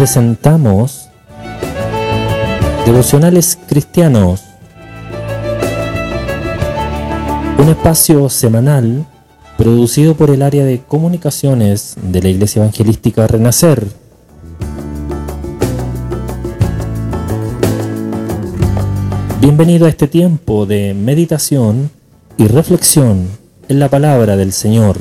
presentamos Devocionales Cristianos, un espacio semanal producido por el área de comunicaciones de la Iglesia Evangelística Renacer. Bienvenido a este tiempo de meditación y reflexión en la palabra del Señor.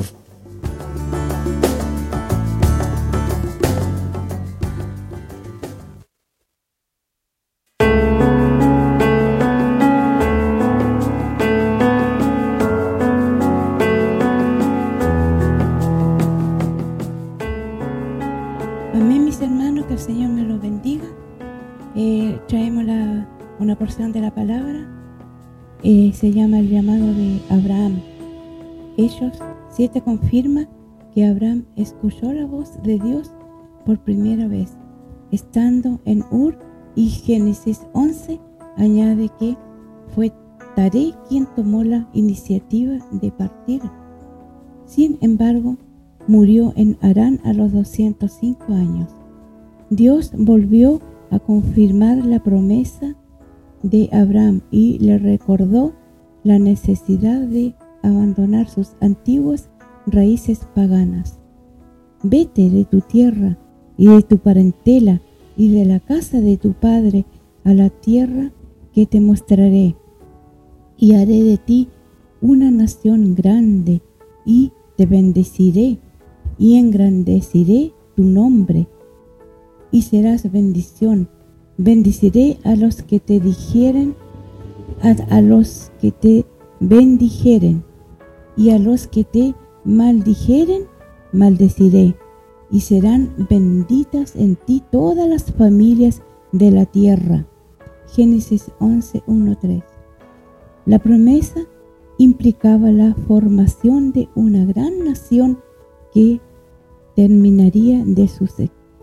Amén, mis hermanos, que el Señor me los bendiga. Traemos una porción de la palabra. Se llama el llamado de Abraham. Hechos 7 confirma que Abraham escuchó la voz de Dios por primera vez, estando en Ur, y Génesis 11 añade que fue Taré quien tomó la iniciativa de partir. Sin embargo, murió en Harán a los 205 años. Dios volvió a confirmar la promesa de Abraham y le recordó la necesidad de abandonar sus antiguas raíces paganas. Vete de tu tierra y de tu parentela y de la casa de tu padre a la tierra que te mostraré, y haré de ti una nación grande, y te bendeciré y engrandeceré tu nombre, y serás bendición. Bendeciré a los que te dijeren, a los que te bendijeren, y a los que te maldijeren, maldeciré, y serán benditas en ti todas las familias de la tierra. Génesis 11, 1-3. La promesa implicaba la formación de una gran nación que germinaría de sus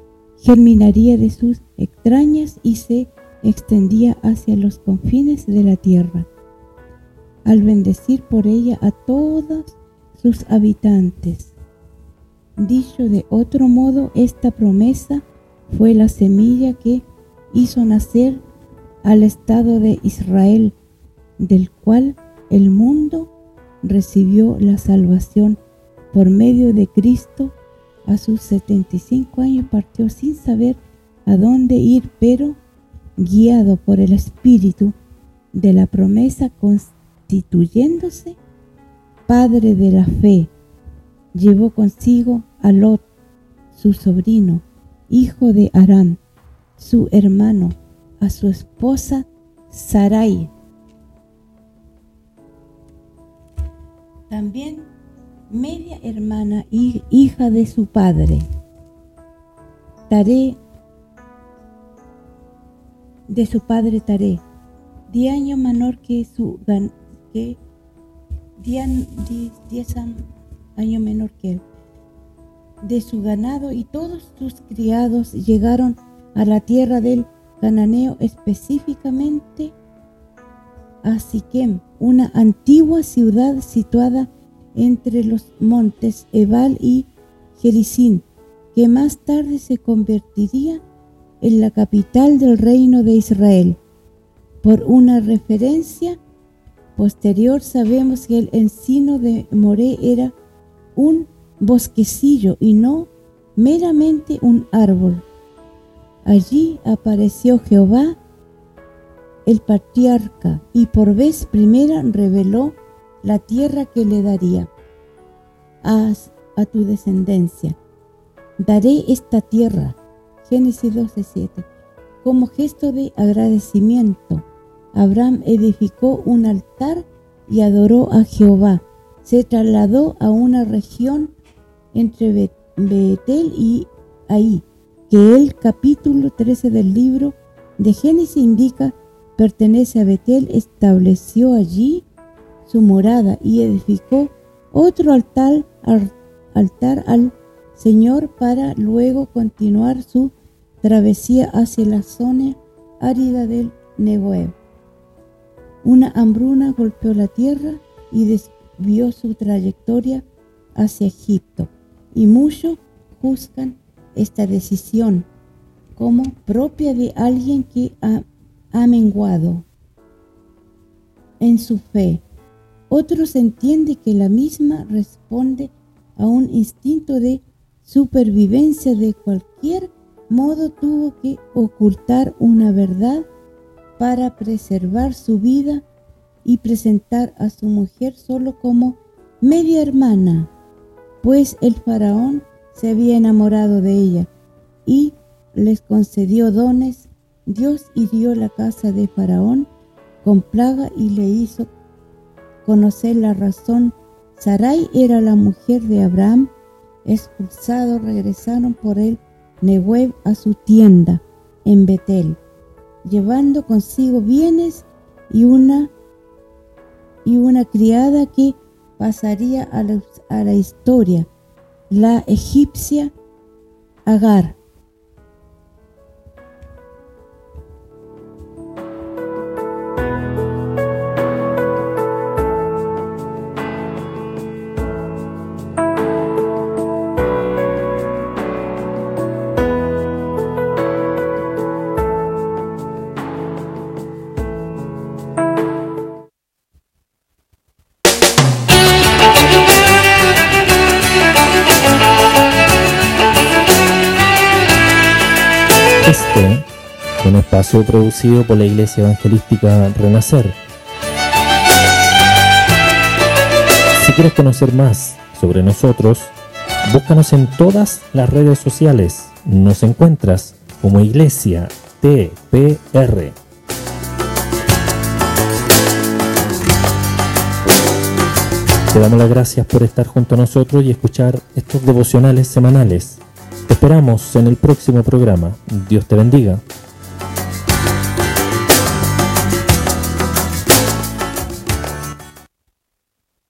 extrañas y se extendía hacia los confines de la tierra, al bendecir por ella a todos sus habitantes. Dicho de otro modo, esta promesa fue la semilla que hizo nacer al Estado de Israel, del cual el mundo recibió la salvación por medio de Cristo. A sus 75 años partió sin saber a dónde ir, pero guiado por el Espíritu de la promesa, constituyéndose padre de la fe, llevó consigo a Lot, su sobrino, hijo de Harán, su hermano, a su esposa Sarai. También media hermana y hija de su padre, Taré, 10 años menor que él, de su ganado, y todos sus criados llegaron a la tierra del Cananeo, específicamente a Siquem, una antigua ciudad situada entre los montes Ebal y Gerizim, que más tarde se convertiría en la capital del reino de Israel. Por una referencia posterior sabemos que el encino de Moré era un bosquecillo y no meramente un árbol. Allí apareció Jehová, el patriarca, y por vez primera reveló la tierra que le daría a tu descendencia. Daré esta tierra, Génesis 12:7. Como gesto de agradecimiento, Abraham edificó un altar y adoró a Jehová. Se trasladó a una región entre Betel y Ai, que el capítulo 13 del libro de Génesis indica pertenece a Betel. Estableció allí su morada y edificó otro altar al Señor para luego continuar su travesía hacia la zona árida del Negev. Una hambruna golpeó la tierra y desvió su trayectoria hacia Egipto, y muchos juzgan esta decisión como propia de alguien que ha menguado en su fe. Otros entienden que la misma responde a un instinto de supervivencia. De cualquier modo, tuvo que ocultar una verdad para preservar su vida y presentar a su mujer solo como media hermana, pues el faraón se había enamorado de ella y les concedió dones. Dios hirió la casa de Faraón con plaga y le hizo conocer la razón. Sarai era la mujer de Abraham. Expulsados, regresaron por el Negev a su tienda en Betel, llevando consigo bienes y una criada que pasaría a la historia, la egipcia Agar. Un espacio producido por la Iglesia Evangelística Renacer. Si quieres conocer más sobre nosotros, búscanos en todas las redes sociales. Nos encuentras como Iglesia TPR. Te damos las gracias por estar junto a nosotros y escuchar estos devocionales semanales. Te esperamos en el próximo programa. Dios te bendiga.